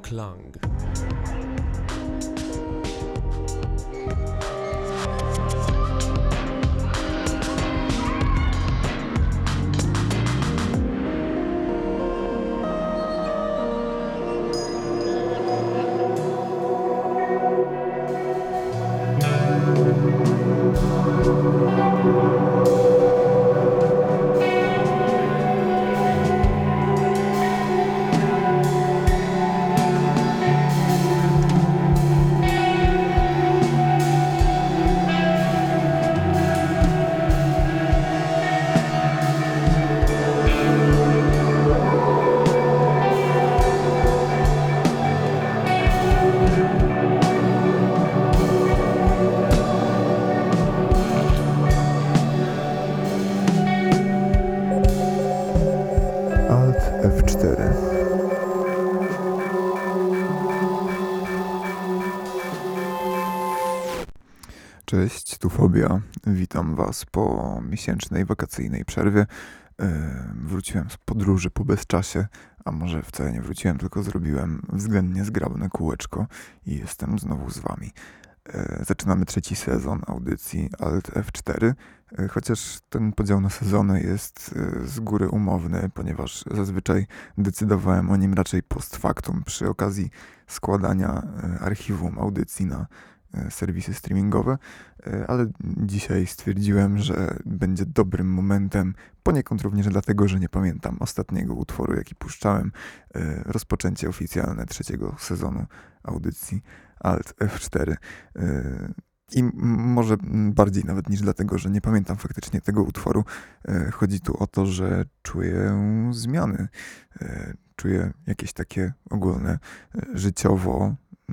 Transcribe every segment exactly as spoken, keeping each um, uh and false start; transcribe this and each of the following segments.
Klang. Alt F cztery. Cześć, tu Fobia. Witam Was po miesięcznej wakacyjnej przerwie. Yy, wróciłem z podróży po bezczasie, a może wcale nie wróciłem, tylko zrobiłem względnie zgrabne kółeczko i jestem znowu z Wami. Yy, zaczynamy trzeci sezon audycji Alt F cztery, yy, chociaż ten podział na sezony jest yy, z góry umowny, ponieważ zazwyczaj decydowałem o nim raczej post factum przy okazji składania yy, archiwum audycji na serwisy streamingowe, ale dzisiaj stwierdziłem, że będzie dobrym momentem, poniekąd również dlatego, że nie pamiętam ostatniego utworu, jaki puszczałem, rozpoczęcie oficjalne trzeciego sezonu audycji Alt F cztery. I może bardziej nawet niż dlatego, że nie pamiętam faktycznie tego utworu, chodzi tu o to, że czuję zmiany, czuję jakieś takie ogólne życiowo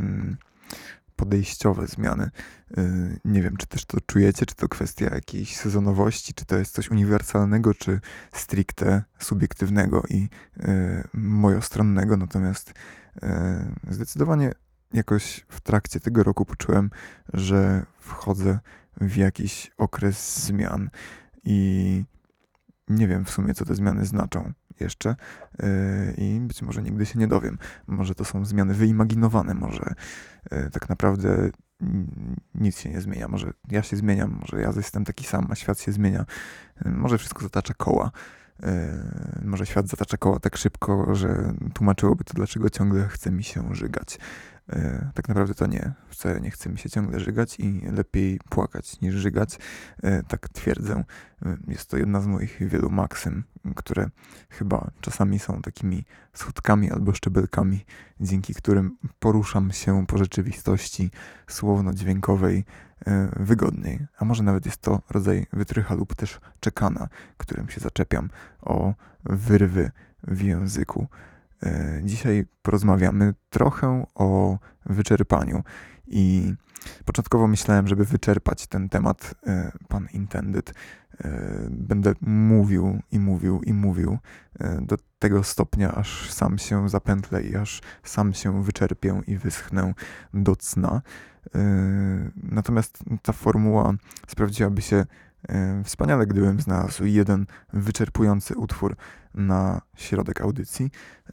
podejściowe zmiany. Nie wiem, czy też to czujecie, czy to kwestia jakiejś sezonowości, czy to jest coś uniwersalnego, czy stricte subiektywnego i mojostronnego. Natomiast zdecydowanie jakoś w trakcie tego roku poczułem, że wchodzę w jakiś okres zmian i nie wiem w sumie, co te zmiany znaczą jeszcze yy, i być może nigdy się nie dowiem. Może to są zmiany wyimaginowane, może yy, tak naprawdę nic się nie zmienia. Może ja się zmieniam, może ja jestem taki sam, a świat się zmienia. Yy, może wszystko zatacza koła. Yy, może świat zatacza koła tak szybko, że tłumaczyłoby to, dlaczego ciągle chce mi się żygać. Yy, tak naprawdę to nie. Wcale nie chce mi się ciągle żygać i lepiej płakać niż żygać. Yy, tak twierdzę. Yy, jest to jedna z moich wielu maksym, które chyba czasami są takimi schodkami albo szczebelkami, dzięki którym poruszam się po rzeczywistości słowno-dźwiękowej yy, wygodniej. A może nawet jest to rodzaj wytrycha lub też czekana, którym się zaczepiam o wyrwy w języku. Dzisiaj porozmawiamy trochę o wyczerpaniu i początkowo myślałem, żeby wyczerpać ten temat, pun intended, będę mówił i mówił i mówił do tego stopnia, aż sam się zapętlę i aż sam się wyczerpię i wyschnę do cna. Natomiast ta formuła sprawdziłaby się wspaniale, gdybym znalazł jeden wyczerpujący utwór na środek audycji.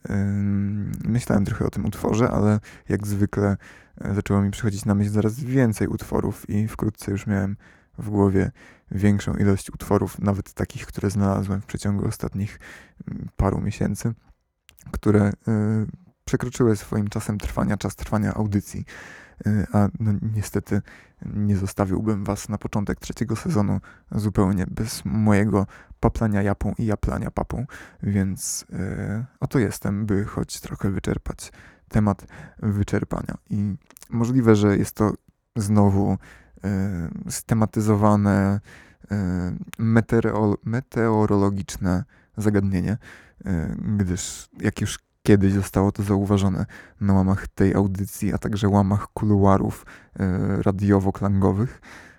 Myślałem trochę o tym utworze, ale jak zwykle zaczęło mi przychodzić na myśl zaraz więcej utworów i wkrótce już miałem w głowie większą ilość utworów, nawet takich, które znalazłem w przeciągu ostatnich paru miesięcy, które przekroczyły swoim czasem trwania, czas trwania audycji. A no, niestety nie zostawiłbym was na początek trzeciego sezonu zupełnie bez mojego paplania japą i japlania papą, więc yy, oto jestem, by choć trochę wyczerpać temat wyczerpania. I możliwe, że jest to znowu yy, stematyzowane yy, meteoro- meteorologiczne zagadnienie, yy, gdyż jak już kiedyś zostało to zauważone na łamach tej audycji, a także łamach kuluarów y, radiowo-klangowych.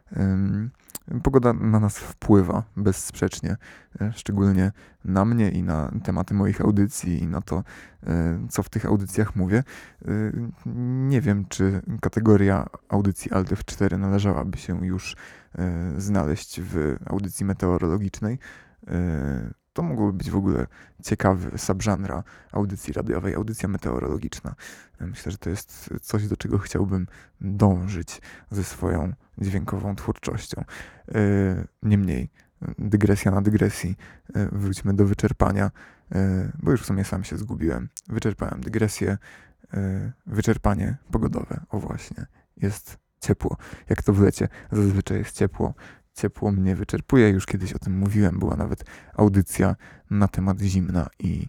Y, pogoda na nas wpływa bezsprzecznie, y, szczególnie na mnie i na tematy moich audycji i na to, y, co w tych audycjach mówię. Y, nie wiem, czy kategoria audycji Alt F cztery należałaby się już y, znaleźć w audycji meteorologicznej. Y, to mogłoby być w ogóle ciekawy subgenre audycji radiowej, audycja meteorologiczna. Myślę, że to jest coś, do czego chciałbym dążyć ze swoją dźwiękową twórczością. Niemniej, dygresja na dygresji, wróćmy do wyczerpania, bo już w sumie sam się zgubiłem. Wyczerpałem dygresję, wyczerpanie pogodowe, o właśnie, jest ciepło. Jak to w lecie, zazwyczaj jest ciepło. Ciepło mnie wyczerpuje, już kiedyś o tym mówiłem, była nawet audycja na temat zimna i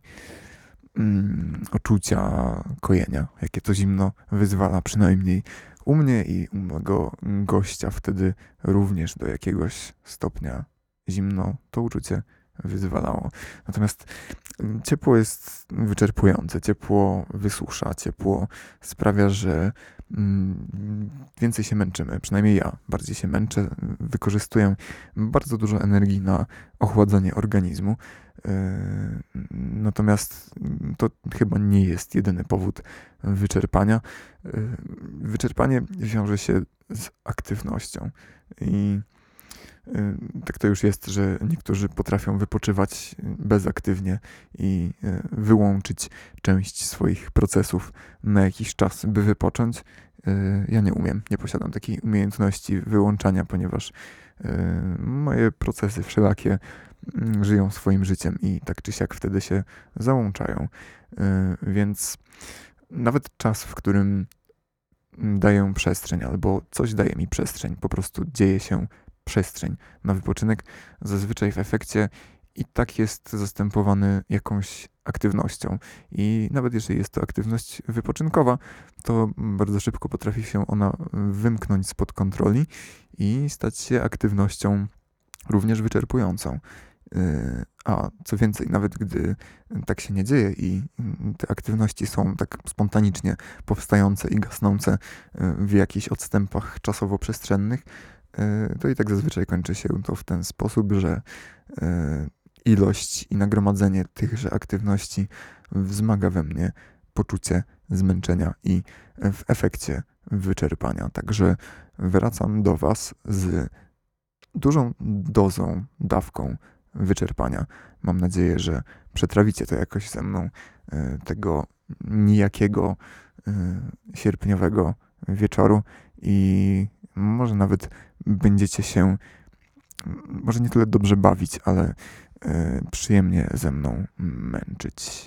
mm, uczucia kojenia, jakie to zimno wyzwala, przynajmniej u mnie i u mojego gościa wtedy również do jakiegoś stopnia zimno to uczucie wyzwalało. Natomiast ciepło jest wyczerpujące, ciepło wysusza, ciepło sprawia, że mm, więcej się męczymy, przynajmniej ja bardziej się męczę, wykorzystuję bardzo dużo energii na ochładzanie organizmu. Yy, natomiast to chyba nie jest jedyny powód wyczerpania. Yy, wyczerpanie wiąże się z aktywnością i tak to już jest, że niektórzy potrafią wypoczywać bezaktywnie i wyłączyć część swoich procesów na jakiś czas, by wypocząć. Ja nie umiem, nie posiadam takiej umiejętności wyłączania, ponieważ moje procesy wszelakie żyją swoim życiem i tak czy siak wtedy się załączają. Więc nawet czas, w którym daję przestrzeń albo coś daje mi przestrzeń, po prostu dzieje się przestrzeń na wypoczynek, zazwyczaj w efekcie i tak jest zastępowany jakąś aktywnością. I nawet jeżeli jest to aktywność wypoczynkowa, to bardzo szybko potrafi się ona wymknąć spod kontroli i stać się aktywnością również wyczerpującą. A co więcej, nawet gdy tak się nie dzieje i te aktywności są tak spontanicznie powstające i gasnące w jakichś odstępach czasowo-przestrzennych, to i tak zazwyczaj kończy się to w ten sposób, że ilość i nagromadzenie tychże aktywności wzmaga we mnie poczucie zmęczenia i w efekcie wyczerpania. Także wracam do Was z dużą dozą, dawką wyczerpania. Mam nadzieję, że przetrawicie to jakoś ze mną tego nijakiego sierpniowego wieczoru i może nawet będziecie się może nie tyle dobrze bawić, ale przyjemnie ze mną męczyć.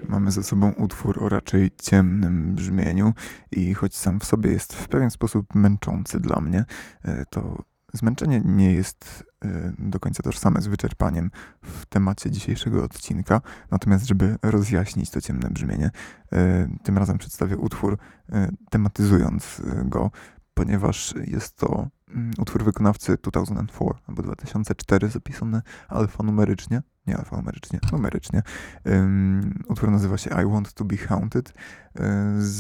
Mamy ze sobą utwór o raczej ciemnym brzmieniu i choć sam w sobie jest w pewien sposób męczący dla mnie, e, to zmęczenie nie jest e, do końca tożsame z wyczerpaniem w temacie dzisiejszego odcinka. Natomiast, żeby rozjaśnić to ciemne brzmienie, e, tym razem przedstawię utwór e, tematyzując e, go, ponieważ jest to mm, utwór wykonawcy dwa tysiące cztery albo dwa tysiące cztery zapisany alfanumerycznie. Nie alfanumerycznie, numerycznie. Um, utwór nazywa się I Want to be Haunted z,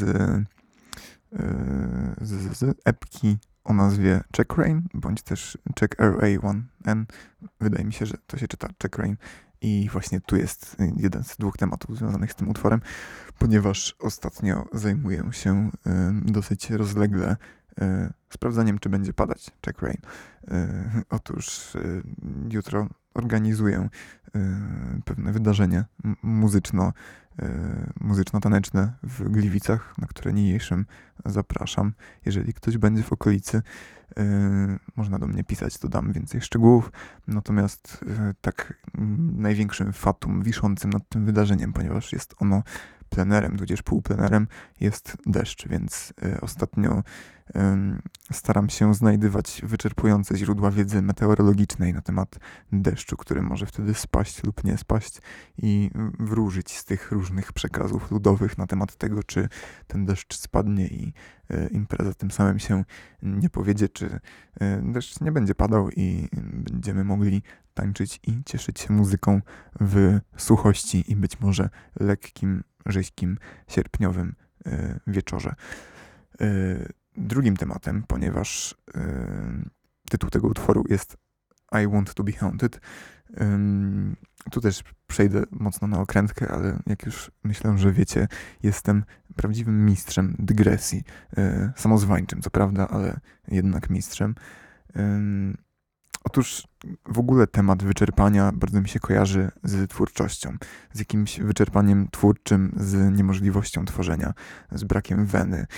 z, z, z epki o nazwie Check Rain, bądź też Check R A jeden N. Wydaje mi się, że to się czyta Check Rain. I właśnie tu jest jeden z dwóch tematów związanych z tym utworem, ponieważ ostatnio zajmuję się y, dosyć rozlegle y, sprawdzaniem, czy będzie padać Check Rain. Y, otóż y, jutro organizuję y, pewne wydarzenie m- muzyczno, y, muzyczno-taneczne w Gliwicach, na które niniejszym zapraszam. Jeżeli ktoś będzie w okolicy, y, można do mnie pisać, to dam więcej szczegółów. Natomiast y, tak mm, największym fatum wiszącym nad tym wydarzeniem, ponieważ jest ono plenerem, tudzież półplenerem, jest deszcz, więc y, ostatnio y, staram się znajdywać wyczerpujące źródła wiedzy meteorologicznej na temat deszczu, który może wtedy spaść lub nie spaść i wróżyć z tych różnych przekazów ludowych na temat tego, czy ten deszcz spadnie i y, impreza tym samym się nie powiedzie, czy y, deszcz nie będzie padał i będziemy mogli tańczyć i cieszyć się muzyką w suchości i być może lekkim, rzeźkim, sierpniowym y, wieczorze. Y, drugim tematem, ponieważ y, tytuł tego utworu jest I Want to be Haunted. Y, tu też przejdę mocno na okrętkę, ale jak już myślę, że wiecie, jestem prawdziwym mistrzem dygresji. Y, samozwańczym, co prawda, ale jednak mistrzem. Y, Otóż w ogóle temat wyczerpania bardzo mi się kojarzy z twórczością, z jakimś wyczerpaniem twórczym, z niemożliwością tworzenia, z brakiem weny,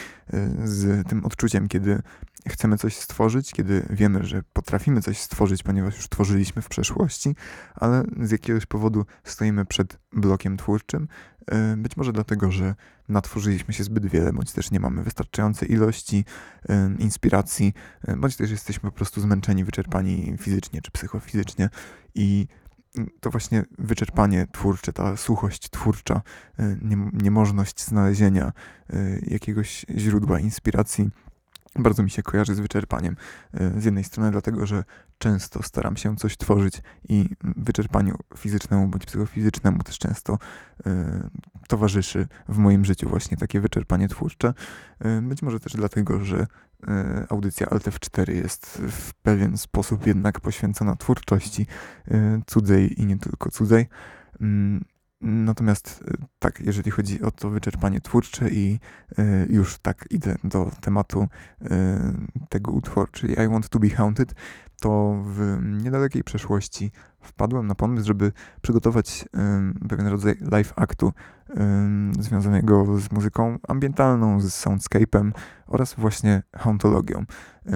z tym odczuciem, kiedy chcemy coś stworzyć, kiedy wiemy, że potrafimy coś stworzyć, ponieważ już tworzyliśmy w przeszłości, ale z jakiegoś powodu stoimy przed blokiem twórczym, być może dlatego, że natworzyliśmy się zbyt wiele, bądź też nie mamy wystarczającej ilości y, inspiracji, y, bądź też jesteśmy po prostu zmęczeni, wyczerpani fizycznie czy psychofizycznie i to właśnie wyczerpanie twórcze, ta suchość twórcza, y, nie, niemożność znalezienia y, jakiegoś źródła inspiracji bardzo mi się kojarzy z wyczerpaniem. Z jednej strony dlatego, że często staram się coś tworzyć i wyczerpaniu fizycznemu bądź psychofizycznemu też często y, towarzyszy w moim życiu właśnie takie wyczerpanie twórcze. Y, być może też dlatego, że y, audycja Alt F cztery jest w pewien sposób jednak poświęcona twórczości y, cudzej i nie tylko cudzej. Y, Natomiast tak, jeżeli chodzi o to wyczerpanie twórcze i y, już tak idę do tematu y, tego utworu, czyli I Want to be Haunted, to w niedalekiej przeszłości wpadłem na pomysł, żeby przygotować y, pewien rodzaj live actu y, związanego z muzyką ambientalną, z soundscape'em oraz właśnie hauntologią. Y,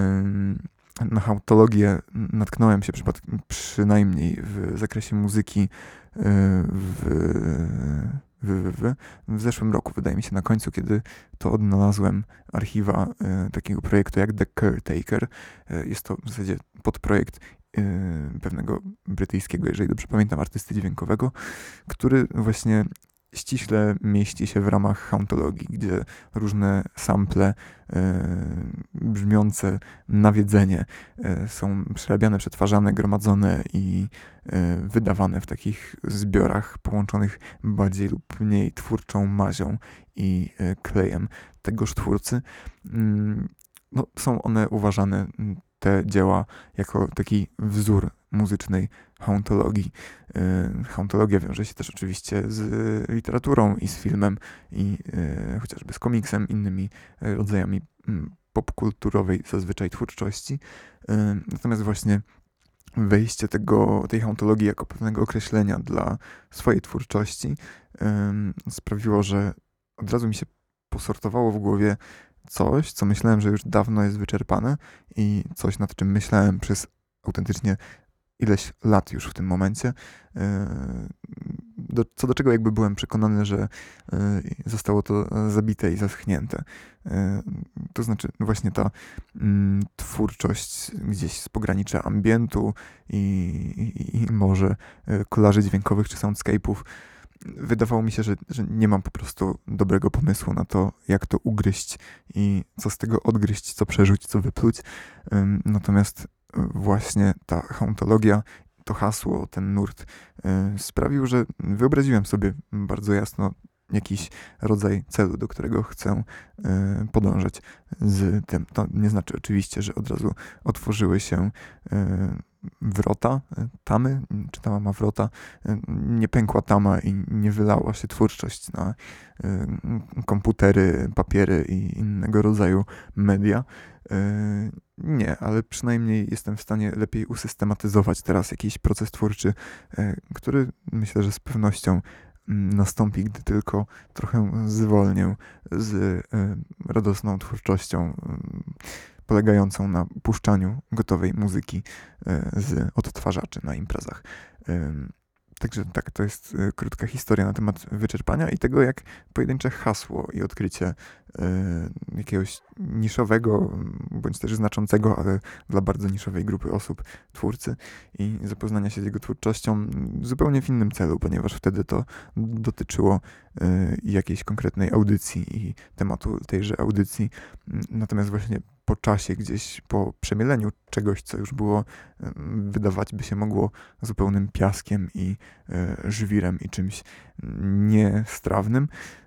na hauntologię natknąłem się przypad- przynajmniej w zakresie muzyki w, w, w, w zeszłym roku, wydaje mi się, na końcu, kiedy to odnalazłem archiwa y, takiego projektu jak The Caretaker. Y, jest to w zasadzie podprojekt y, pewnego brytyjskiego, jeżeli dobrze pamiętam, artysty dźwiękowego, który właśnie ściśle mieści się w ramach hauntologii, gdzie różne sample y, brzmiące nawiedzenie y, są przerabiane, przetwarzane, gromadzone i y, wydawane w takich zbiorach połączonych bardziej lub mniej twórczą mazią i y, klejem tegoż twórcy. Y, no, są one uważane, te dzieła, jako taki wzór muzycznej hauntologii. Yy, hauntologia wiąże się też oczywiście z y, literaturą i z filmem i y, chociażby z komiksem, innymi y, rodzajami y, popkulturowej zazwyczaj twórczości. Yy, natomiast właśnie wejście tego, tej hauntologii jako pewnego określenia dla swojej twórczości yy, sprawiło, że od razu mi się posortowało w głowie coś, co myślałem, że już dawno jest wyczerpane i coś, nad czym myślałem przez autentycznie ileś lat już w tym momencie. do, co do czego jakby byłem przekonany, że zostało to zabite i zaschnięte. To znaczy właśnie ta mm, twórczość gdzieś z pogranicza ambientu i, i, i może kolarzy dźwiękowych czy soundscape'ów. Wydawało mi się, że, że nie mam po prostu dobrego pomysłu na to, jak to ugryźć i co z tego odgryźć, co przerzuć, co wypluć. Natomiast właśnie ta hauntologia, to hasło, ten nurt sprawił, że wyobraziłem sobie bardzo jasno jakiś rodzaj celu, do którego chcę podążać z tym. To nie znaczy oczywiście, że od razu otworzyły się wrota tamy, czy tama ma wrota, nie pękła tama i nie wylała się twórczość na komputery, papiery i innego rodzaju media. Nie, ale przynajmniej jestem w stanie lepiej usystematyzować teraz jakiś proces twórczy, który myślę, że z pewnością nastąpi, gdy tylko trochę zwolnię z radosną twórczością polegającą na puszczaniu gotowej muzyki z odtwarzaczy na imprezach. Także tak, to jest krótka historia na temat wyczerpania i tego, jak pojedyncze hasło i odkrycie jakiegoś niszowego, bądź też znaczącego, ale dla bardzo niszowej grupy osób twórcy i zapoznania się z jego twórczością zupełnie w innym celu, ponieważ wtedy to dotyczyło jakiejś konkretnej audycji i tematu tejże audycji. Natomiast właśnie po czasie, gdzieś po przemieleniu czegoś, co już było, wydawać by się mogło zupełnym piaskiem i żwirem i czymś niestrawnym,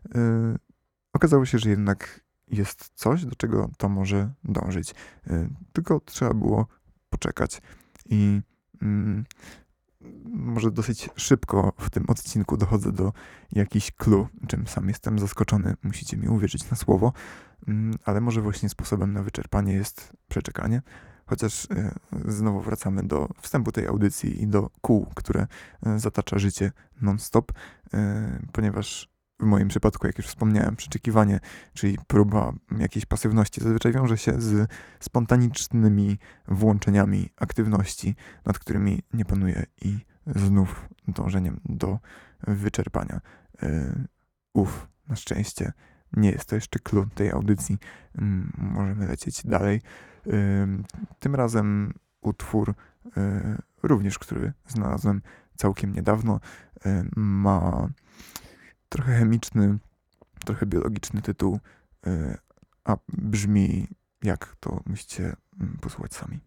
okazało się, że jednak jest coś, do czego to może dążyć. Tylko trzeba było poczekać. I mm, może dosyć szybko w tym odcinku dochodzę do jakichś clue, czym sam jestem zaskoczony, musicie mi uwierzyć na słowo, ale może właśnie sposobem na wyczerpanie jest przeczekanie. Chociaż znowu wracamy do wstępu tej audycji i do kół, które zatacza życie non-stop, ponieważ w moim przypadku, jak już wspomniałem, przeczekiwanie, czyli próba jakiejś pasywności zazwyczaj wiąże się z spontanicznymi włączeniami aktywności, nad którymi nie panuje i znów dążeniem do wyczerpania. Uf, na szczęście nie jest to jeszcze clue tej audycji. Możemy lecieć dalej. Tym razem utwór, również który znalazłem całkiem niedawno, ma trochę chemiczny, trochę biologiczny tytuł, a brzmi jak, to musicie posłuchać sami.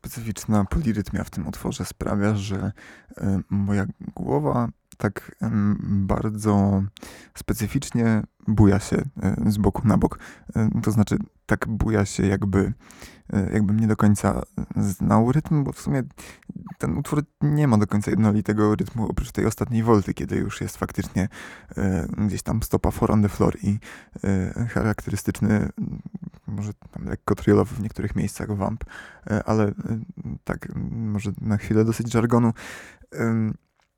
specyficzna polirytmia w tym utworze sprawia, że e, moja głowa tak em, bardzo specyficznie buja się e, z boku na bok. E, To znaczy tak buja się jakby, e, jakbym nie do końca znał rytm, bo w sumie ten utwór nie ma do końca jednolitego rytmu oprócz tej ostatniej wolty, kiedy już jest faktycznie e, gdzieś tam stopa four on the floor i e, charakterystyczny, może tam lekko trailowy w niektórych miejscach vamp, e, ale e, tak, może na chwilę dosyć żargonu. Em,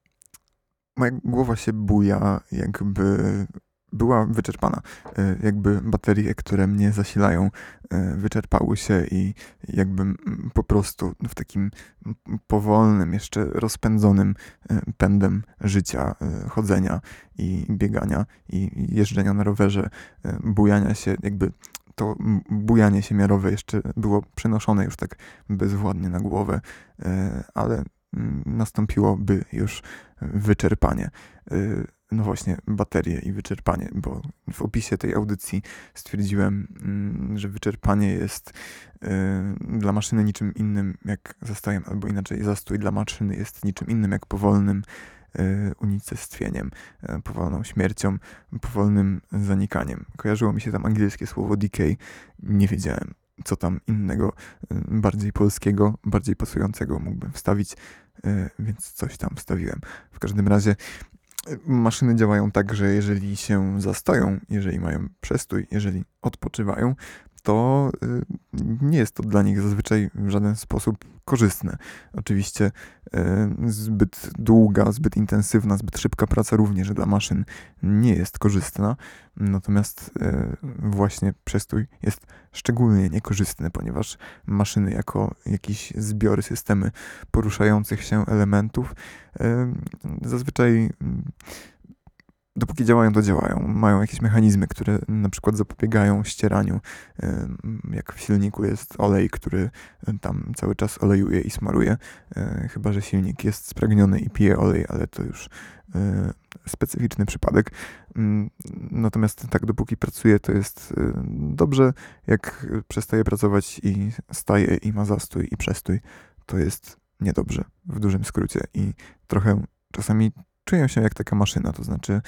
Moja głowa się buja, jakby była wyczerpana. E, Jakby baterie, które mnie zasilają, e, wyczerpały się i jakbym mm, po prostu w takim mm, powolnym, jeszcze rozpędzonym e, pędem życia, e, chodzenia i biegania i jeżdżenia na rowerze, e, bujania się, jakby to m- bujanie się miarowe jeszcze było przenoszone już tak bezwładnie na głowę, e, ale mm, nastąpiłoby już wyczerpanie. Y, No właśnie, baterie i wyczerpanie, bo w opisie tej audycji stwierdziłem, mm, że wyczerpanie jest y, dla maszyny niczym innym jak zastojem, albo inaczej zastój dla maszyny jest niczym innym jak powolnym y, unicestwieniem, y, powolną śmiercią, powolnym zanikaniem. Kojarzyło mi się tam angielskie słowo decay, nie wiedziałem, co tam innego, y, bardziej polskiego, bardziej pasującego mógłbym wstawić, y, więc coś tam wstawiłem. W każdym razie y, maszyny działają tak, że jeżeli się zastoją, jeżeli mają przestój, jeżeli odpoczywają, to y, nie jest to dla nich zazwyczaj w żaden sposób korzystne. Oczywiście y, zbyt długa, zbyt intensywna, zbyt szybka praca również dla maszyn nie jest korzystna, natomiast y, właśnie przestój jest szczególnie niekorzystny, ponieważ maszyny jako jakieś zbiory, systemy poruszających się elementów y, zazwyczaj y, dopóki działają, to działają. Mają jakieś mechanizmy, które na przykład zapobiegają ścieraniu. Ym, Jak w silniku jest olej, który tam cały czas olejuje i smaruje. Yy, Chyba że silnik jest spragniony i pije olej, ale to już yy, specyficzny przypadek. Yy, Natomiast tak, dopóki pracuje, to jest yy, dobrze. Jak przestaje pracować i staje i ma zastój i przestój, to jest niedobrze, w dużym skrócie. I trochę czasami czuję się jak taka maszyna, to znaczy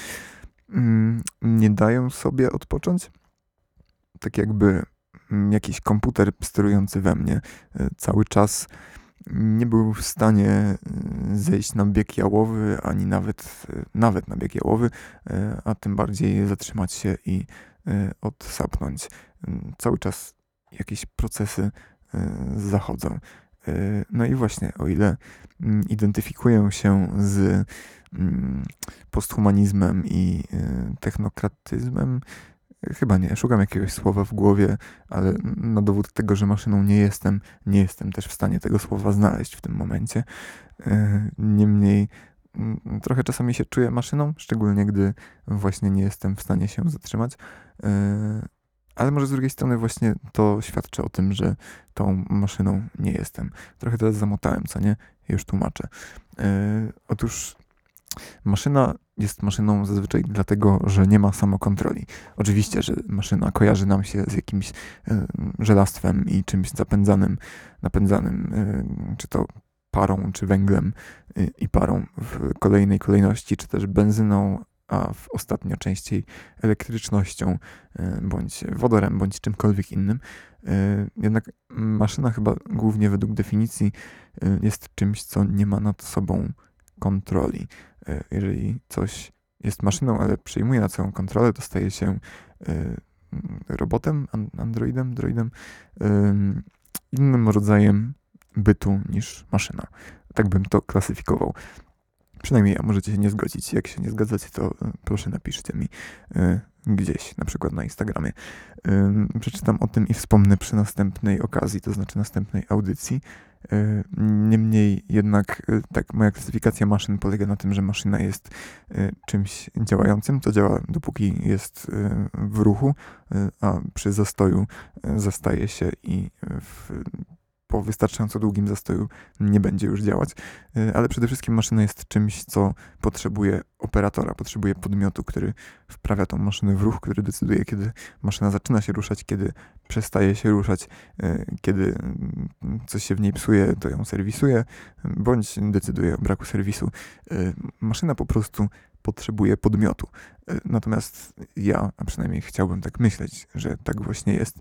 mm, nie dają sobie odpocząć. Tak jakby mm, jakiś komputer sterujący we mnie y, cały czas nie był w stanie y, zejść na bieg jałowy, ani nawet, y, nawet na bieg jałowy, y, a tym bardziej zatrzymać się i y, odsapnąć. Y, Cały czas jakieś procesy y, zachodzą. Y, No i właśnie, o ile mm, identyfikuję się z mm, posthumanizmem i y, technokratyzmem, y, chyba nie, szukam jakiegoś słowa w głowie, ale na dowód tego, że maszyną nie jestem, nie jestem też w stanie tego słowa znaleźć w tym momencie. Y, Niemniej mm, trochę czasami się czuję maszyną, szczególnie gdy właśnie nie jestem w stanie się zatrzymać. Y, Ale może z drugiej strony właśnie to świadczy o tym, że tą maszyną nie jestem. Trochę teraz zamotałem, co nie? Już tłumaczę. Yy, otóż maszyna jest maszyną zazwyczaj dlatego, że nie ma samokontroli. Oczywiście, że maszyna kojarzy nam się z jakimś yy, żelastwem i czymś zapędzanym, napędzanym, yy, czy to parą, czy węglem yy, i parą w kolejnej kolejności, czy też benzyną, a w ostatnio częściej elektrycznością, y, bądź wodorem, bądź czymkolwiek innym. Y, Jednak maszyna chyba głównie według definicji y, jest czymś, co nie ma nad sobą kontroli. Y, Jeżeli coś jest maszyną, ale przejmuje nad sobą kontrolę, to staje się y, robotem, an- androidem, droidem, y, innym rodzajem bytu niż maszyna. Tak bym to klasyfikował. Przynajmniej ja możecie się nie zgodzić. Jak się nie zgadzacie, to y, proszę napiszcie mi y, gdzieś, na przykład na Instagramie. Y, przeczytam o tym i wspomnę przy następnej okazji, to znaczy następnej audycji. Y, niemniej jednak y, tak, moja klasyfikacja maszyn polega na tym, że maszyna jest y, czymś działającym, to działa dopóki jest y, w ruchu, y, a przy zastoju y, zastaje się i w po wystarczająco długim zastoju nie będzie już działać, ale przede wszystkim maszyna jest czymś, co potrzebuje operatora, potrzebuje podmiotu, który wprawia tą maszynę w ruch, który decyduje, kiedy maszyna zaczyna się ruszać, kiedy przestaje się ruszać, kiedy coś się w niej psuje, to ją serwisuje, bądź decyduje o braku serwisu. Maszyna po prostu potrzebuje podmiotu. Natomiast ja, a przynajmniej chciałbym tak myśleć, że tak właśnie jest.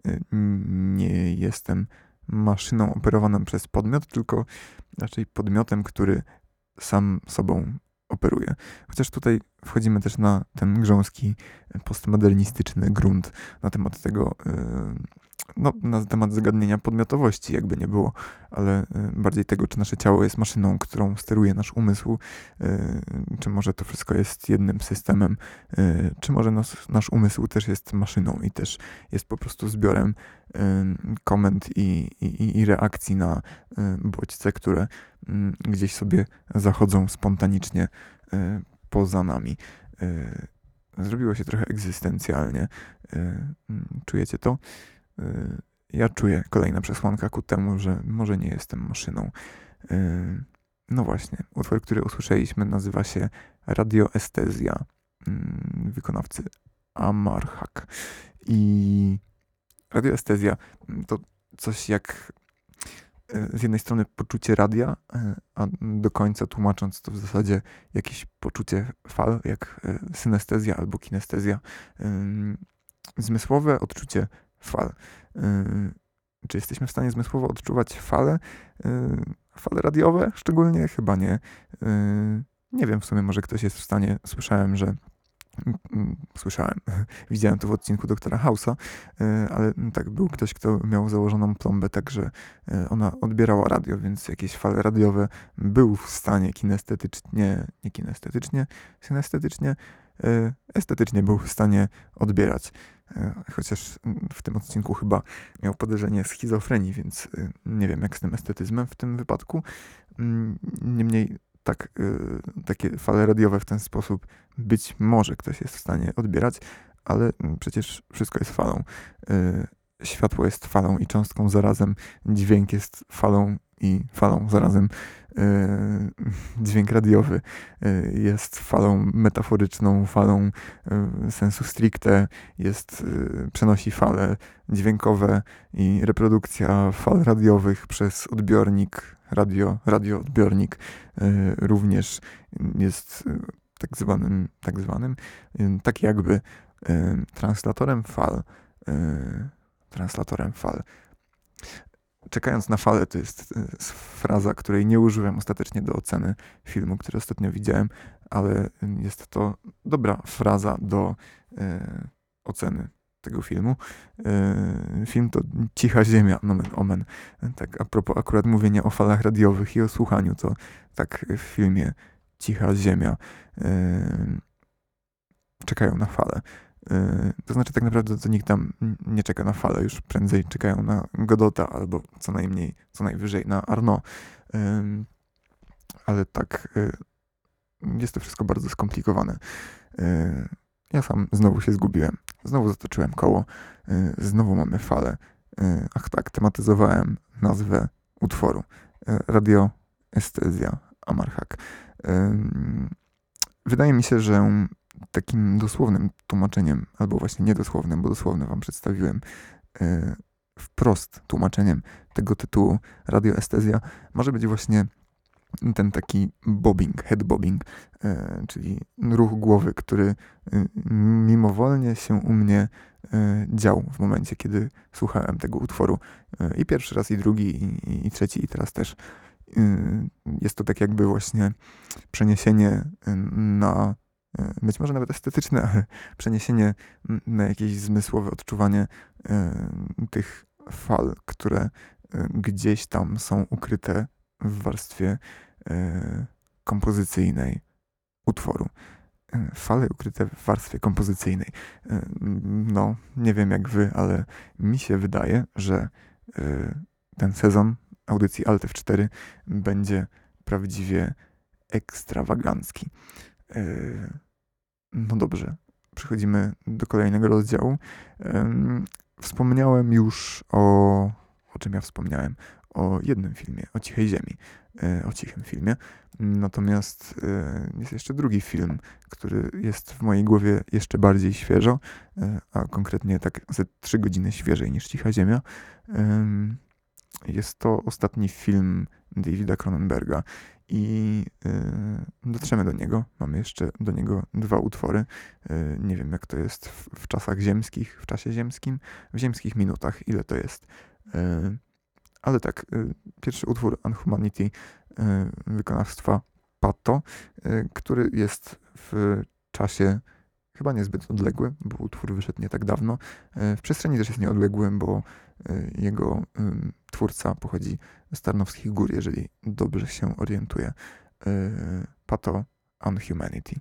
Nie jestem maszyną operowaną przez podmiot, tylko raczej podmiotem, który sam sobą operuje. Chociaż tutaj wchodzimy też na ten grząski, postmodernistyczny grunt na temat tego, no, na temat zagadnienia podmiotowości, jakby nie było, ale bardziej tego, czy nasze ciało jest maszyną, którą steruje nasz umysł, czy może to wszystko jest jednym systemem, czy może nas, nasz umysł też jest maszyną i też jest po prostu zbiorem komend i, i, i reakcji na bodźce, które gdzieś sobie zachodzą spontanicznie poza nami. Zrobiło się trochę egzystencjalnie. Czujecie to? Ja czuję kolejna przesłanka ku temu, że może nie jestem maszyną. No właśnie, utwór, który usłyszeliśmy, nazywa się Radioestezja wykonawcy Amarhak. I radioestezja to coś jak z jednej strony poczucie radia, a do końca tłumacząc to w zasadzie jakieś poczucie fal, jak synestezja albo kinestezja. Zmysłowe odczucie fal. Czy jesteśmy w stanie zmysłowo odczuwać fale? Fale radiowe szczególnie? Chyba nie. Nie wiem, w sumie może ktoś jest w stanie. Słyszałem, że Słyszałem, widziałem to w odcinku doktora House'a, ale tak, był ktoś, kto miał założoną plombę, tak że ona odbierała radio, więc jakieś fale radiowe był w stanie kinestetycznie, nie kinestetycznie, synestetycznie, estetycznie był w stanie odbierać. Chociaż w tym odcinku chyba miał podejrzenie schizofrenii, więc nie wiem jak z tym estetyzmem w tym wypadku. Niemniej tak, y, takie fale radiowe w ten sposób być może ktoś jest w stanie odbierać, ale przecież wszystko jest falą. Y, światło jest falą i cząstką zarazem, dźwięk jest falą i falą zarazem. Y, dźwięk radiowy y, jest falą metaforyczną, falą y, sensu stricte, jest, y, przenosi fale dźwiękowe i reprodukcja fal radiowych przez odbiornik, radio, radioodbiornik y, również jest y, tak zwanym, tak zwanym, y, tak jakby y, translatorem fal. Y, translatorem fal. Czekając na falę to jest fraza, której nie użyłem ostatecznie do oceny filmu, który ostatnio widziałem, ale jest to dobra fraza do e, oceny tego filmu. E, film to Cicha Ziemia, nomen omen. Tak, a propos akurat mówienia o falach radiowych i o słuchaniu, to tak w filmie Cicha Ziemia e, czekają na falę. To znaczy tak naprawdę to nikt tam nie czeka na falę, już prędzej czekają na Godota albo co najmniej, co najwyżej na Arnaud. Ale tak jest to wszystko bardzo skomplikowane. Ja sam znowu się zgubiłem. Znowu zatoczyłem koło. Znowu mamy falę. Ach tak, tematyzowałem nazwę utworu. Radioestezja Amarhak. Wydaje mi się, że takim dosłownym tłumaczeniem, albo właśnie niedosłownym, bo dosłownie wam przedstawiłem, yy, wprost tłumaczeniem tego tytułu radioestezja może być właśnie ten taki bobbing, head bobbing, yy, czyli ruch głowy, który yy, mimowolnie się u mnie yy, dział w momencie, kiedy słuchałem tego utworu. Yy, I pierwszy raz, i drugi, i, i trzeci, i teraz też. Yy, jest to tak jakby właśnie przeniesienie yy, na być może nawet estetyczne, ale przeniesienie na jakieś zmysłowe odczuwanie y, tych fal, które y, gdzieś tam są ukryte w warstwie y, kompozycyjnej utworu. Y, fale ukryte w warstwie kompozycyjnej. Y, no, nie wiem jak wy, ale mi się wydaje, że y, ten sezon audycji Alt F cztery będzie prawdziwie ekstrawagancki. No dobrze, przechodzimy do kolejnego rozdziału. Wspomniałem już o... O czym ja wspomniałem? o jednym filmie, o Cichej Ziemi, o cichym filmie. Natomiast jest jeszcze drugi film, który jest w mojej głowie jeszcze bardziej świeżo, a konkretnie tak ze trzy godziny świeżej niż Cicha Ziemia. Jest to ostatni film Davida Cronenberga i yy, dotrzemy do niego. Mamy jeszcze do niego dwa utwory. Yy, nie wiem, jak to jest w, w czasach ziemskich, w czasie ziemskim, w ziemskich minutach, ile to jest. Yy, ale tak, yy, pierwszy utwór Unhumanity yy, wykonawstwa Patto, yy, który jest w czasie chyba niezbyt odległy, bo utwór wyszedł nie tak dawno. W przestrzeni też jest nieodległy, bo jego twórca pochodzi z Tarnowskich Gór, jeżeli dobrze się orientuję. Patto Unhumanity.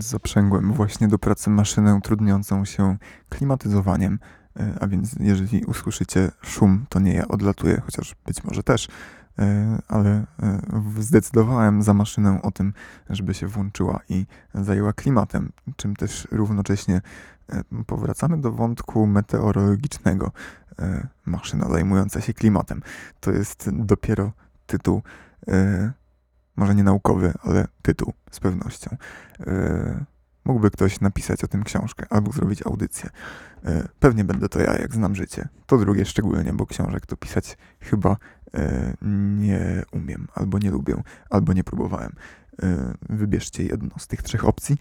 Zaprzęgłem właśnie do pracy maszynę trudniącą się klimatyzowaniem, e, a więc jeżeli usłyszycie szum, to nie ja odlatuję, chociaż być może też, e, ale e, zdecydowałem za maszynę o tym, żeby się włączyła i zajęła klimatem, czym też równocześnie e, powracamy do wątku meteorologicznego. E, Maszyna zajmująca się klimatem. To jest dopiero tytuł, e, może nie naukowy, ale tytuł z pewnością. E, Mógłby ktoś napisać o tym książkę albo zrobić audycję. E, Pewnie będę to ja, jak znam życie. To drugie szczególnie, bo książek to pisać chyba e, nie umiem, albo nie lubię, albo nie próbowałem. E, Wybierzcie jedną z tych trzech opcji.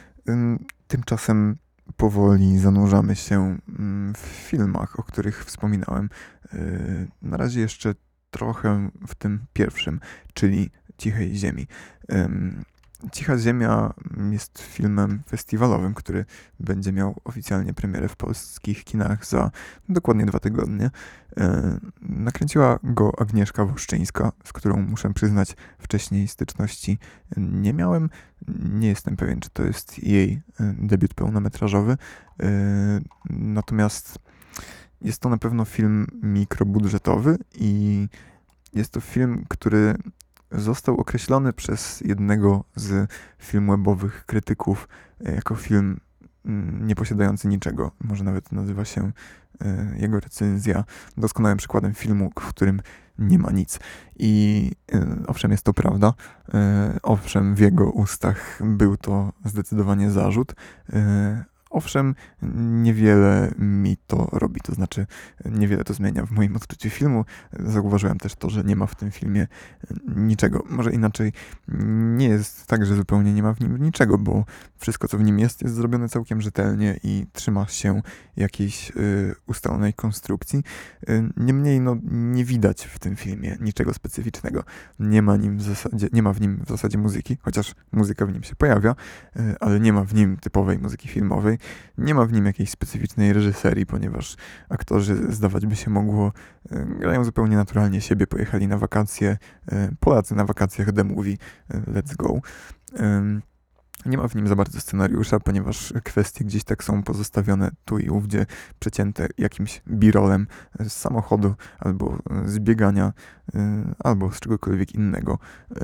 E, Tymczasem powoli zanurzamy się mm, w filmach, o których wspominałem. E, Na razie jeszcze trochę w tym pierwszym, czyli Cichej Ziemi. Em, Cicha Ziemia jest filmem festiwalowym, który będzie miał oficjalnie premierę w polskich kinach za dokładnie dwa tygodnie. E, Nakręciła go Agnieszka Woszczyńska, z którą muszę przyznać wcześniej styczności nie miałem. Nie jestem pewien, czy to jest jej e, debiut pełnometrażowy. E, Natomiast jest to na pewno film mikrobudżetowy i jest to film, który został określony przez jednego z filmwebowych krytyków e, jako film mm, nieposiadający niczego. Może nawet nazywa się e, jego recenzja doskonałym przykładem filmu, w którym nie ma nic. I e, owszem, jest to prawda. E, owszem, w jego ustach był to zdecydowanie zarzut. E, Owszem, niewiele mi to robi, to znaczy niewiele to zmienia w moim odczuciu filmu. Zauważyłem też to, że nie ma w tym filmie niczego. Może inaczej, nie jest tak, że zupełnie nie ma w nim niczego, bo wszystko, co w nim jest, jest zrobione całkiem rzetelnie i trzyma się jakiejś y, ustalonej konstrukcji. Y, niemniej, no, nie widać w tym filmie niczego specyficznego. Nie ma nim w zasadzie, nie ma w nim w zasadzie muzyki, chociaż muzyka w nim się pojawia, y, ale nie ma w nim typowej muzyki filmowej. Nie ma w nim jakiejś specyficznej reżyserii, ponieważ aktorzy, zdawać by się mogło, y, grają zupełnie naturalnie siebie, pojechali na wakacje, y, Polacy na wakacjach The Movie, y, let's go. Ym, Nie ma w nim za bardzo scenariusza, ponieważ kwestie gdzieś tak są pozostawione tu i ówdzie, przecięte jakimś birolem z samochodu, albo z biegania, y, albo z czegokolwiek innego. Y,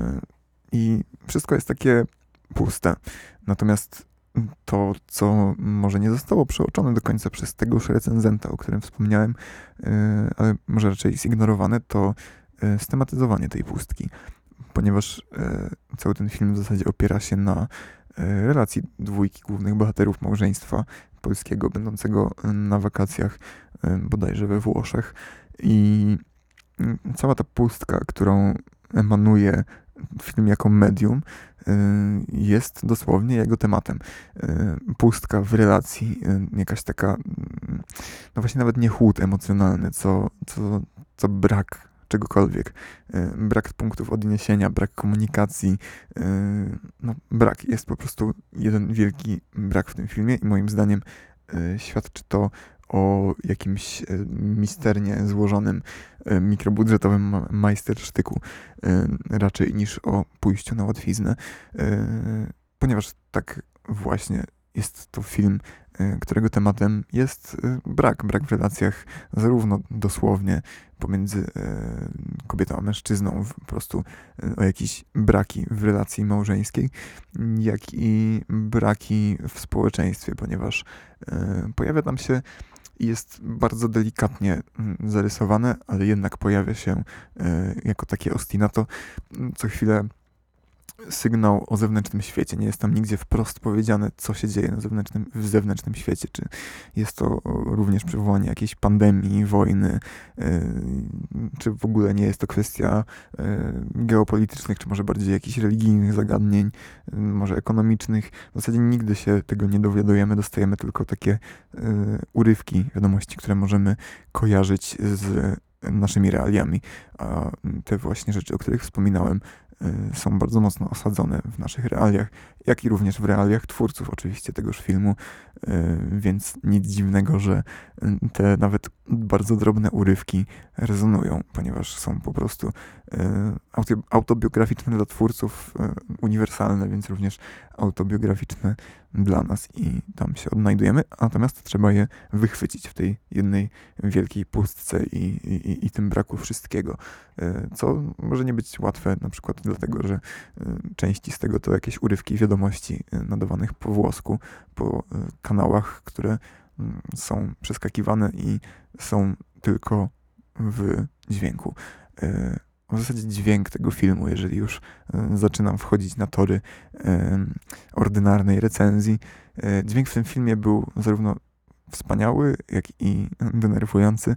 I wszystko jest takie puste. Natomiast to, co może nie zostało przeoczone do końca przez tegoż recenzenta, o którym wspomniałem, y, ale może raczej zignorowane, to y, stematyzowanie tej pustki. Ponieważ y, cały ten film w zasadzie opiera się na y, relacji dwójki głównych bohaterów małżeństwa polskiego, będącego na wakacjach y, bodajże we Włoszech. I y, cała ta pustka, którą emanuje film jako medium, y, jest dosłownie jego tematem. Y, Pustka w relacji, y, jakaś taka, y, no właśnie nawet nie chłód emocjonalny, co, co, co brak czegokolwiek. Y, Brak punktów odniesienia, brak komunikacji, y, no brak. Jest po prostu jeden wielki brak w tym filmie i moim zdaniem y, świadczy to o jakimś y, misternie złożonym y, mikrobudżetowym ma- majstersztyku y, raczej niż o pójściu na łatwiznę, y, ponieważ tak właśnie jest to film, y, którego tematem jest y, brak, brak w relacjach zarówno dosłownie pomiędzy y, kobietą a mężczyzną, w- po prostu y, o jakieś braki w relacji małżeńskiej, jak i braki w społeczeństwie, ponieważ y, pojawia tam się i jest bardzo delikatnie mm, zarysowane, ale jednak pojawia się e, jako takie ostinato mm, co chwilę sygnał o zewnętrznym świecie. Nie jest tam nigdzie wprost powiedziane, co się dzieje na zewnętrznym, w zewnętrznym świecie. Czy jest to również przywołanie jakiejś pandemii, wojny, yy, czy w ogóle nie jest to kwestia yy, geopolitycznych, czy może bardziej jakichś religijnych zagadnień, yy, może ekonomicznych. W zasadzie nigdy się tego nie dowiadujemy, dostajemy tylko takie yy, urywki wiadomości, które możemy kojarzyć z naszymi realiami, a te właśnie rzeczy, o których wspominałem, są bardzo mocno osadzone w naszych realiach, jak i również w realiach twórców oczywiście tegoż filmu, więc nic dziwnego, że te nawet bardzo drobne urywki rezonują, ponieważ są po prostu e, auto, autobiograficzne dla twórców, e, uniwersalne, więc również autobiograficzne dla nas i tam się odnajdujemy, natomiast trzeba je wychwycić w tej jednej wielkiej pustce i, i, i tym braku wszystkiego, e, co może nie być łatwe, na przykład dlatego, że e, części z tego to jakieś urywki wiadomości e, nadawanych po włosku, po e, kanałach, które są przeskakiwane i są tylko w dźwięku. W zasadzie dźwięk tego filmu, jeżeli już zaczynam wchodzić na tory ordynarnej recenzji, dźwięk w tym filmie był zarówno wspaniały, jak i denerwujący.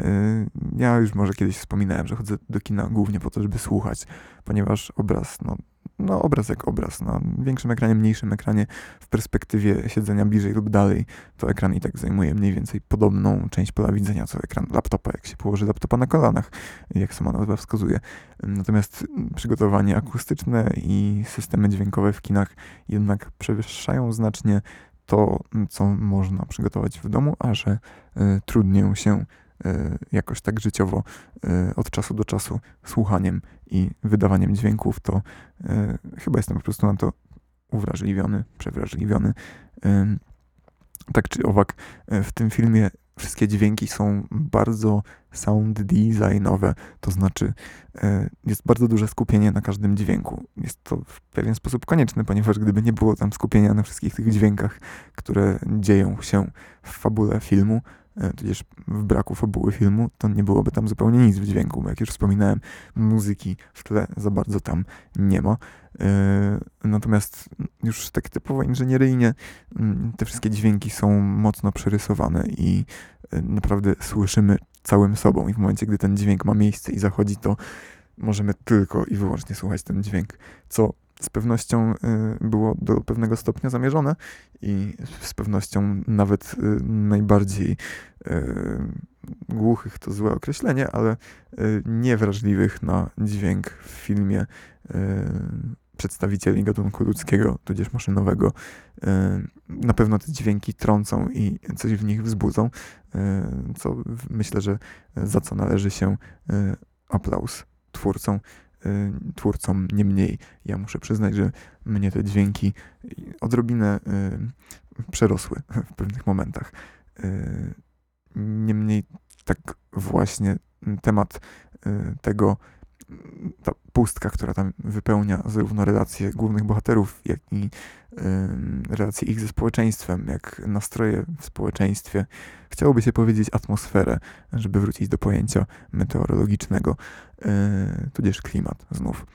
Ja już może kiedyś wspominałem, że chodzę do kina głównie po to, żeby słuchać, ponieważ obraz, no, no obraz jak obraz, na większym ekranie, mniejszym ekranie, w perspektywie siedzenia bliżej lub dalej, to ekran i tak zajmuje mniej więcej podobną część pola widzenia, co ekran laptopa, jak się położy laptopa na kolanach, jak sama nazwa wskazuje. Natomiast przygotowanie akustyczne i systemy dźwiękowe w kinach jednak przewyższają znacznie to, co można przygotować w domu, a że y, trudnią się y, jakoś tak życiowo y, od czasu do czasu słuchaniem i wydawaniem dźwięków, to y, chyba jestem po prostu na to uwrażliwiony, przewrażliwiony. Y, tak czy owak, y, w tym filmie wszystkie dźwięki są bardzo sound designowe, to znaczy y, jest bardzo duże skupienie na każdym dźwięku. Jest to w pewien sposób konieczne, ponieważ gdyby nie było tam skupienia na wszystkich tych dźwiękach, które dzieją się w fabule filmu, y, tudzież w braku fabuły filmu, to nie byłoby tam zupełnie nic w dźwięku, bo jak już wspominałem, muzyki w tle za bardzo tam nie ma. Yy, natomiast już tak typowo inżynieryjnie yy, te wszystkie dźwięki są mocno przerysowane i yy, naprawdę słyszymy całym sobą i w momencie, gdy ten dźwięk ma miejsce i zachodzi, to możemy tylko i wyłącznie słuchać ten dźwięk, co z pewnością y, było do pewnego stopnia zamierzone i z pewnością nawet y, najbardziej y, głuchych to złe określenie, ale y, niewrażliwych na dźwięk w filmie y, przedstawicieli gatunku ludzkiego, tudzież maszynowego, y, na pewno te dźwięki trącą i coś w nich wzbudzą, y, co myślę, że za co należy się y, aplauz twórcom, y, twórcom niemniej. Ja muszę przyznać, że mnie te dźwięki odrobinę y, przerosły w pewnych momentach. Y, niemniej tak właśnie temat y, tego, ta pustka, która tam wypełnia zarówno relacje głównych bohaterów, jak i y, relacje ich ze społeczeństwem, jak nastroje w społeczeństwie. Chciałoby się powiedzieć atmosferę, żeby wrócić do pojęcia meteorologicznego, y, tudzież klimat znów.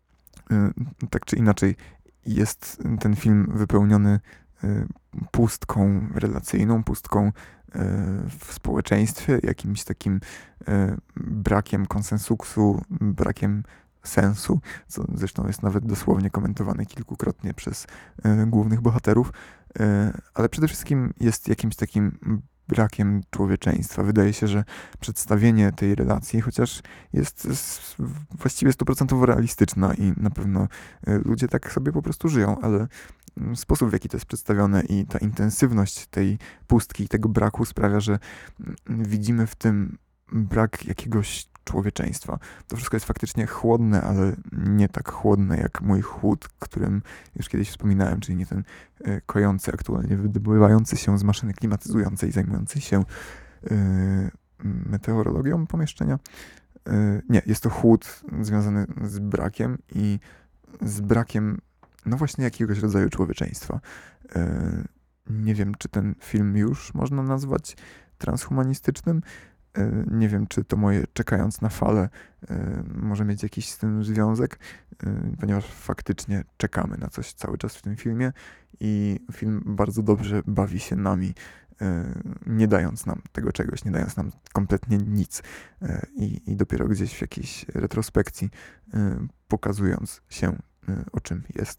Y, tak czy inaczej, jest ten film wypełniony y, pustką relacyjną, pustką w społeczeństwie, jakimś takim brakiem konsensusu, brakiem sensu, co zresztą jest nawet dosłownie komentowane kilkukrotnie przez głównych bohaterów, ale przede wszystkim jest jakimś takim brakiem człowieczeństwa. Wydaje się, że przedstawienie tej relacji, chociaż jest właściwie stuprocentowo realistyczna i na pewno ludzie tak sobie po prostu żyją, ale sposób, w jaki to jest przedstawione i ta intensywność tej pustki i tego braku sprawia, że widzimy w tym brak jakiegoś człowieczeństwa. To wszystko jest faktycznie chłodne, ale nie tak chłodne jak mój chłód, którym już kiedyś wspominałem, czyli nie ten y, kojący, aktualnie wydobywający się z maszyny klimatyzującej, zajmującej się y, meteorologią pomieszczenia. Y, nie, jest to chłód związany z brakiem i z brakiem no właśnie jakiegoś rodzaju człowieczeństwa. Y, nie wiem, czy ten film już można nazwać transhumanistycznym. Nie wiem, czy to moje czekając na falę może mieć jakiś z tym związek, ponieważ faktycznie czekamy na coś cały czas w tym filmie i film bardzo dobrze bawi się nami, nie dając nam tego czegoś, nie dając nam kompletnie nic i, i dopiero gdzieś w jakiejś retrospekcji pokazując się, o czym jest.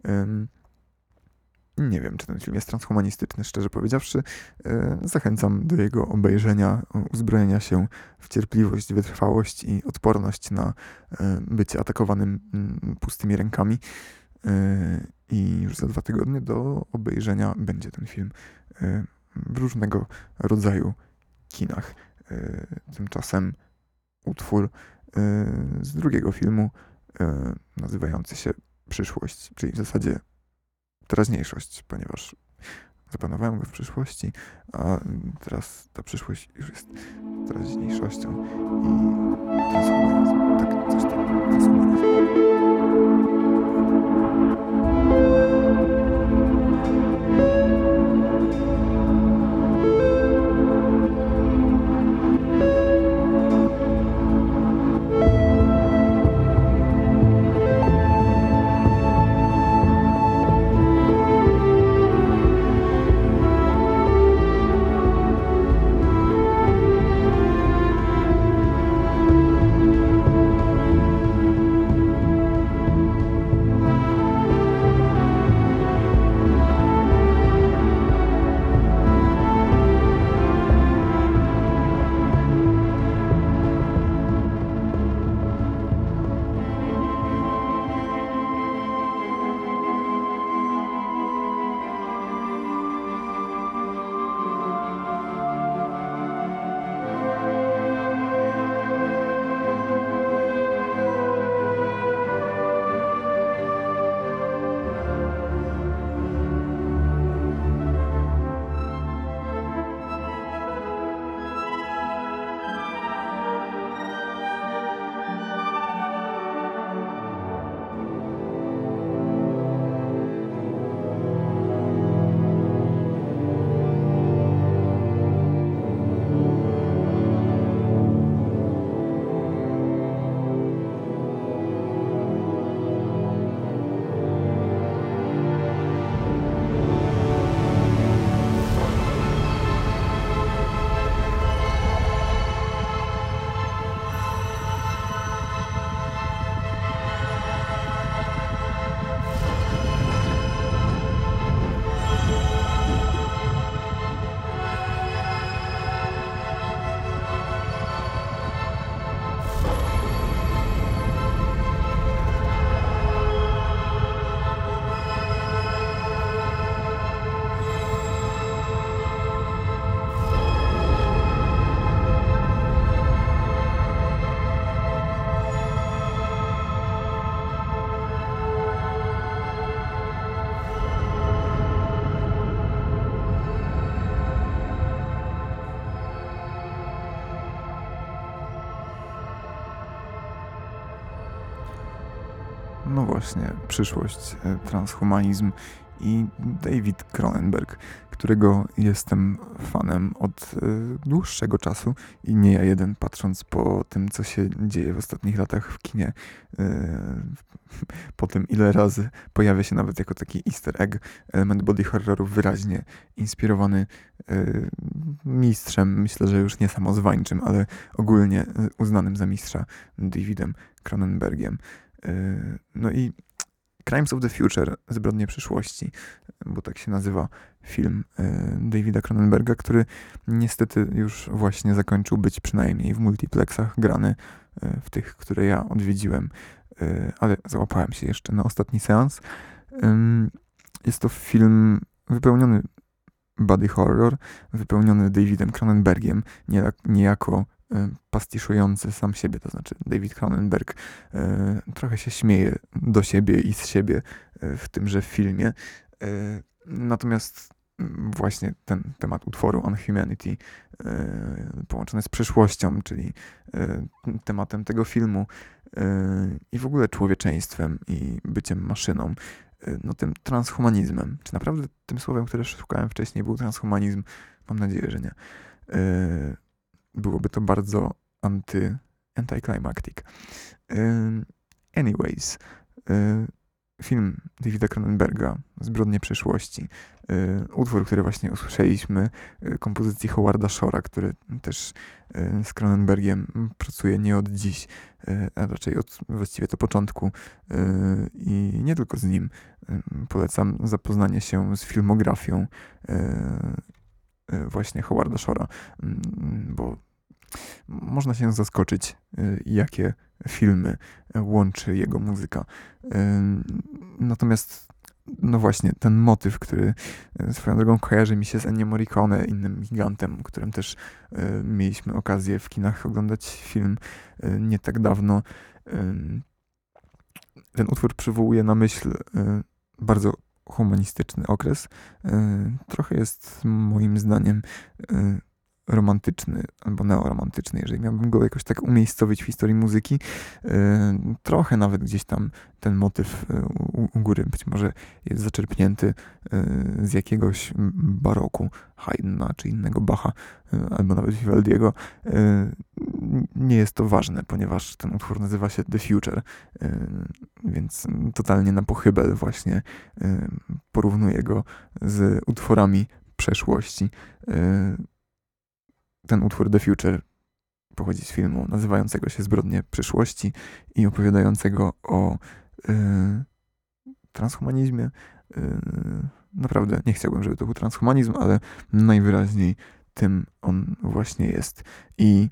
Nie wiem, czy ten film jest transhumanistyczny, szczerze powiedziawszy. Zachęcam do jego obejrzenia, uzbrojenia się w cierpliwość, wytrwałość i odporność na bycie atakowanym pustymi rękami. I już za dwa tygodnie do obejrzenia będzie ten film w różnego rodzaju kinach. Tymczasem utwór z drugiego filmu nazywający się Przyszłość, czyli w zasadzie teraźniejszość, ponieważ zaplanowałem go w przyszłości, a teraz ta przyszłość już jest teraźniejszością i transhumanizm, tak coś tam, transhumanizm. No właśnie, przyszłość, transhumanizm i David Cronenberg, którego jestem fanem od dłuższego czasu i nie ja jeden, patrząc po tym, co się dzieje w ostatnich latach w kinie, po tym, ile razy pojawia się nawet jako taki easter egg element body horroru wyraźnie inspirowany mistrzem, myślę, że już nie samozwańczym, ale ogólnie uznanym za mistrza Davidem Cronenbergiem. No i Crimes of the Future, Zbrodnie przyszłości, bo tak się nazywa film Davida Cronenberga, który niestety już właśnie zakończył być przynajmniej w multiplexach grany, w tych, które ja odwiedziłem, ale załapałem się jeszcze na ostatni seans. Jest to film wypełniony body horror, wypełniony Davidem Cronenbergiem, niejako pastiszujący sam siebie, to znaczy David Cronenberg e, trochę się śmieje do siebie i z siebie e, w tymże filmie. E, natomiast właśnie ten temat utworu Unhumanity e, połączony z przyszłością, czyli e, tematem tego filmu e, i w ogóle człowieczeństwem i byciem maszyną, e, no tym transhumanizmem. Czy naprawdę tym słowem, które szukałem wcześniej, był transhumanizm? Mam nadzieję, że nie. E, Byłoby to bardzo anty, anticlimactic. Anyways, film Davida Cronenberga, Zbrodnie przyszłości, utwór, który właśnie usłyszeliśmy, kompozycji Howarda Shore'a, który też z Cronenbergiem pracuje nie od dziś, a raczej od właściwie to początku i nie tylko z nim. Polecam zapoznanie się z filmografią właśnie Howarda Shore'a, bo można się zaskoczyć, jakie filmy łączy jego muzyka. Natomiast no właśnie, ten motyw, który e, swoją drogą kojarzy mi się z Ennio Morricone, innym gigantem, którym też e, mieliśmy okazję w kinach oglądać film e, nie tak dawno. E, ten utwór przywołuje na myśl e, bardzo humanistyczny okres. E, trochę jest moim zdaniem e, romantyczny albo neoromantyczny, jeżeli miałbym go jakoś tak umiejscowić w historii muzyki. E, trochę nawet gdzieś tam ten motyw e, u, u góry być może jest zaczerpnięty e, z jakiegoś baroku Haydna czy innego Bacha, e, albo nawet Vivaldiego. E, nie jest to ważne, ponieważ ten utwór nazywa się The Future, e, więc totalnie na pochybel właśnie e, porównuję go z utworami przeszłości. E, ten utwór The Future pochodzi z filmu nazywającego się Zbrodnie przyszłości i opowiadającego o y, transhumanizmie. Y, naprawdę nie chciałbym, żeby to był transhumanizm, ale najwyraźniej tym on właśnie jest. I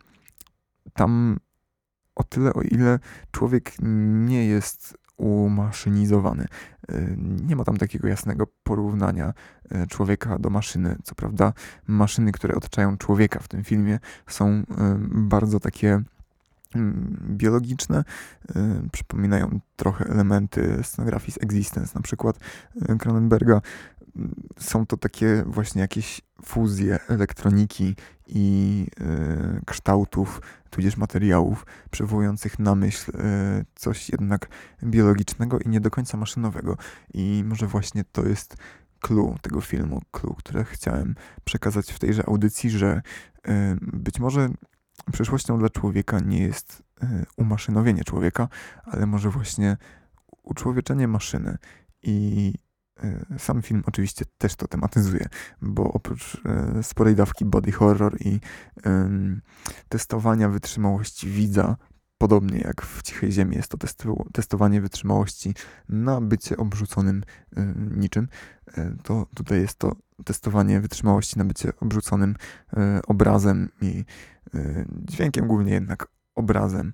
tam o tyle, o ile człowiek nie jest umaszynizowany. Y, Nie ma tam takiego jasnego porównania y, człowieka do maszyny. Co prawda, maszyny, które otaczają człowieka w tym filmie, są y, bardzo takie mm, biologiczne, y, przypominają trochę elementy scenografii z Existence, na przykład y, Cronenberga. Mm, Są to takie właśnie jakieś fuzje elektroniki i y, kształtów, tudzież materiałów, przywołujących na myśl y, coś jednak biologicznego i nie do końca maszynowego. I może właśnie to jest clue tego filmu, clue, które chciałem przekazać w tejże audycji, że y, być może przyszłością dla człowieka nie jest y, umaszynowienie człowieka, ale może właśnie uczłowieczenie maszyny. I y, sam film oczywiście też to tematyzuje, bo oprócz y, sporej dawki body horror i ym, testowania wytrzymałości widza, podobnie jak w Cichej Ziemi jest to testu- testowanie wytrzymałości na bycie obrzuconym y, niczym, y, to tutaj jest to testowanie wytrzymałości na bycie obrzuconym y, obrazem i y, dźwiękiem, głównie jednak obrazem,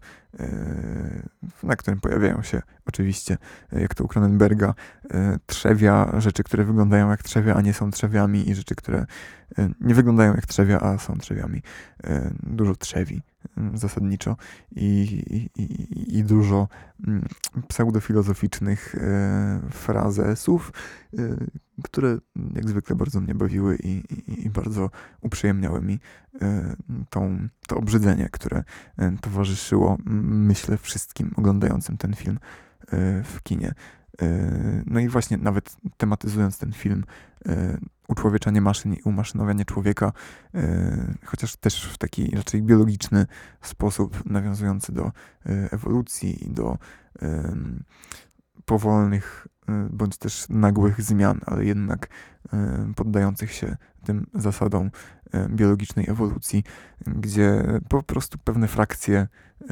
y, na którym pojawiają się oczywiście, y, jak to u Cronenberga, y, trzewia, rzeczy, które wyglądają jak trzewia, a nie są trzewiami, i rzeczy, które y, nie wyglądają jak trzewia, a są trzewiami. Y, Dużo trzewi y, zasadniczo i, i, i dużo mm, pseudofilozoficznych y, frazesów, y, które jak zwykle bardzo mnie bawiły i, i, i bardzo uprzyjemniały mi y, tą, to obrzydzenie, które y, towarzyszyło, m, myślę, wszystkim oglądającym ten film y, w kinie. Y, No i właśnie nawet tematyzując ten film, y, uczłowieczanie maszyn i umaszynowianie człowieka, y, chociaż też w taki raczej biologiczny sposób, nawiązujący do y, ewolucji i do ym, powolnych y, bądź też nagłych zmian, ale jednak y, poddających się tym zasadom y, biologicznej ewolucji, gdzie po prostu pewne frakcje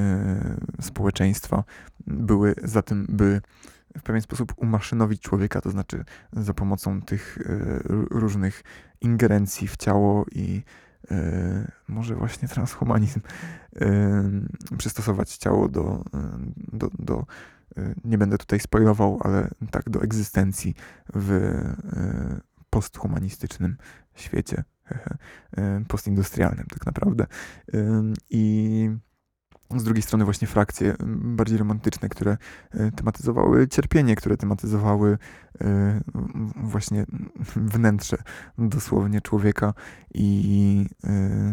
y, społeczeństwa były za tym, by w pewien sposób umaszynowić człowieka, to znaczy za pomocą tych y, r- różnych ingerencji w ciało i y, może właśnie transhumanizm, y, przystosować ciało do, y, do, do y, nie będę tutaj spoilował, ale tak, do egzystencji w y, posthumanistycznym świecie, y, postindustrialnym tak naprawdę. Y, I z drugiej strony właśnie frakcje mm, bardziej romantyczne, które e, tematyzowały cierpienie, które tematyzowały e, m, właśnie wnętrze dosłownie człowieka i, e,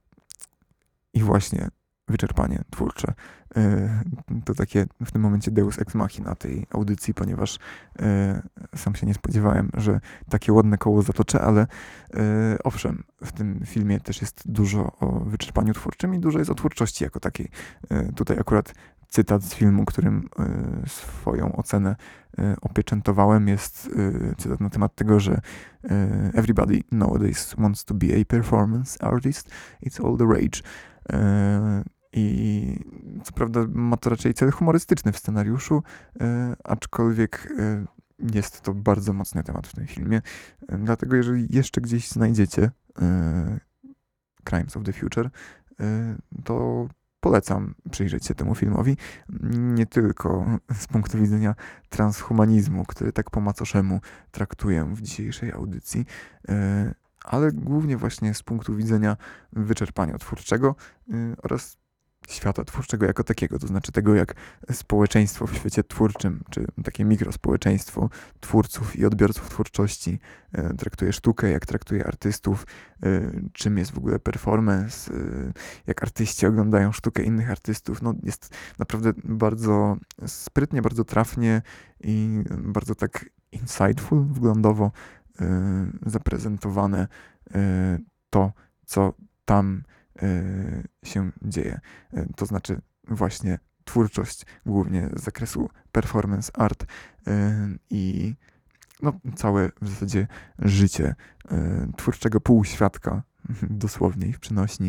i właśnie wyczerpanie twórcze. E, To takie w tym momencie deus ex machina tej audycji, ponieważ e, sam się nie spodziewałem, że takie ładne koło zatoczę, ale e, owszem, w tym filmie też jest dużo o wyczerpaniu twórczym i dużo jest o twórczości jako takiej. E, Tutaj akurat cytat z filmu, którym e, swoją ocenę e, opieczętowałem, jest e, cytat na temat tego, że e, everybody nowadays wants to be a performance artist, it's all the rage. E, I co prawda ma to raczej cel humorystyczny w scenariuszu, e, aczkolwiek e, jest to bardzo mocny temat w tym filmie. E, Dlatego jeżeli jeszcze gdzieś znajdziecie e, Crimes of the Future, e, to polecam przyjrzeć się temu filmowi, nie tylko z punktu widzenia transhumanizmu, który tak po macoszemu traktuję w dzisiejszej audycji, ale głównie właśnie z punktu widzenia wyczerpania twórczego oraz świata twórczego jako takiego, to znaczy tego, jak społeczeństwo w świecie twórczym, czy takie mikrospołeczeństwo twórców i odbiorców twórczości traktuje sztukę, jak traktuje artystów, czym jest w ogóle performance, jak artyści oglądają sztukę innych artystów. No, jest naprawdę bardzo sprytnie, bardzo trafnie i bardzo tak insightful, wglądowo zaprezentowane to, co tam się dzieje. To znaczy właśnie twórczość głównie z zakresu performance art i no, całe w zasadzie życie twórczego półświadka, dosłownie i w przynośni,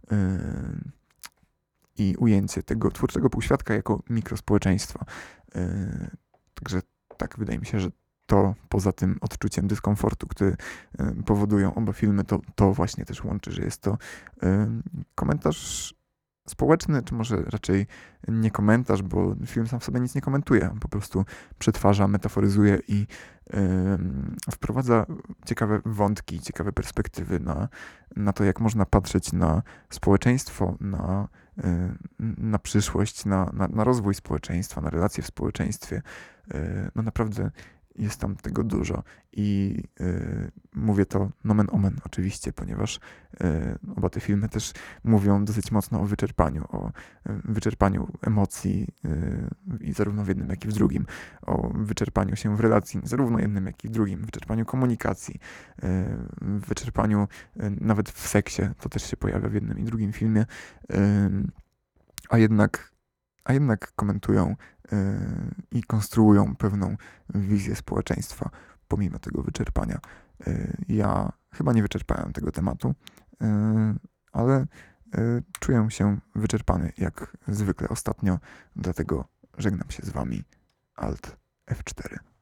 i ujęcie tego twórczego półświadka jako mikrospołeczeństwa. Także tak, wydaje mi się, że to poza tym odczuciem dyskomfortu, który powodują oba filmy, to, to właśnie też łączy, że jest to komentarz społeczny, czy może raczej nie komentarz, bo film sam w sobie nic nie komentuje, on po prostu przetwarza, metaforyzuje i yy, wprowadza ciekawe wątki, ciekawe perspektywy na, na to, jak można patrzeć na społeczeństwo, na, yy, na przyszłość, na, na, na rozwój społeczeństwa, na relacje w społeczeństwie. Yy, no naprawdę jest tam tego dużo i y, mówię to nomen omen oczywiście, ponieważ y, oba te filmy też mówią dosyć mocno o wyczerpaniu, o y, wyczerpaniu emocji y, i zarówno w jednym, jak i w drugim, o wyczerpaniu się w relacji, zarówno jednym, jak i w drugim, wyczerpaniu komunikacji, y, wyczerpaniu y, nawet w seksie, to też się pojawia w jednym i drugim filmie, y, a jednak a jednak komentują yy, i konstruują pewną wizję społeczeństwa pomimo tego wyczerpania. Yy, ja chyba nie wyczerpałem tego tematu, yy, ale yy, czuję się wyczerpany jak zwykle ostatnio, dlatego żegnam się z wami. Alt F cztery.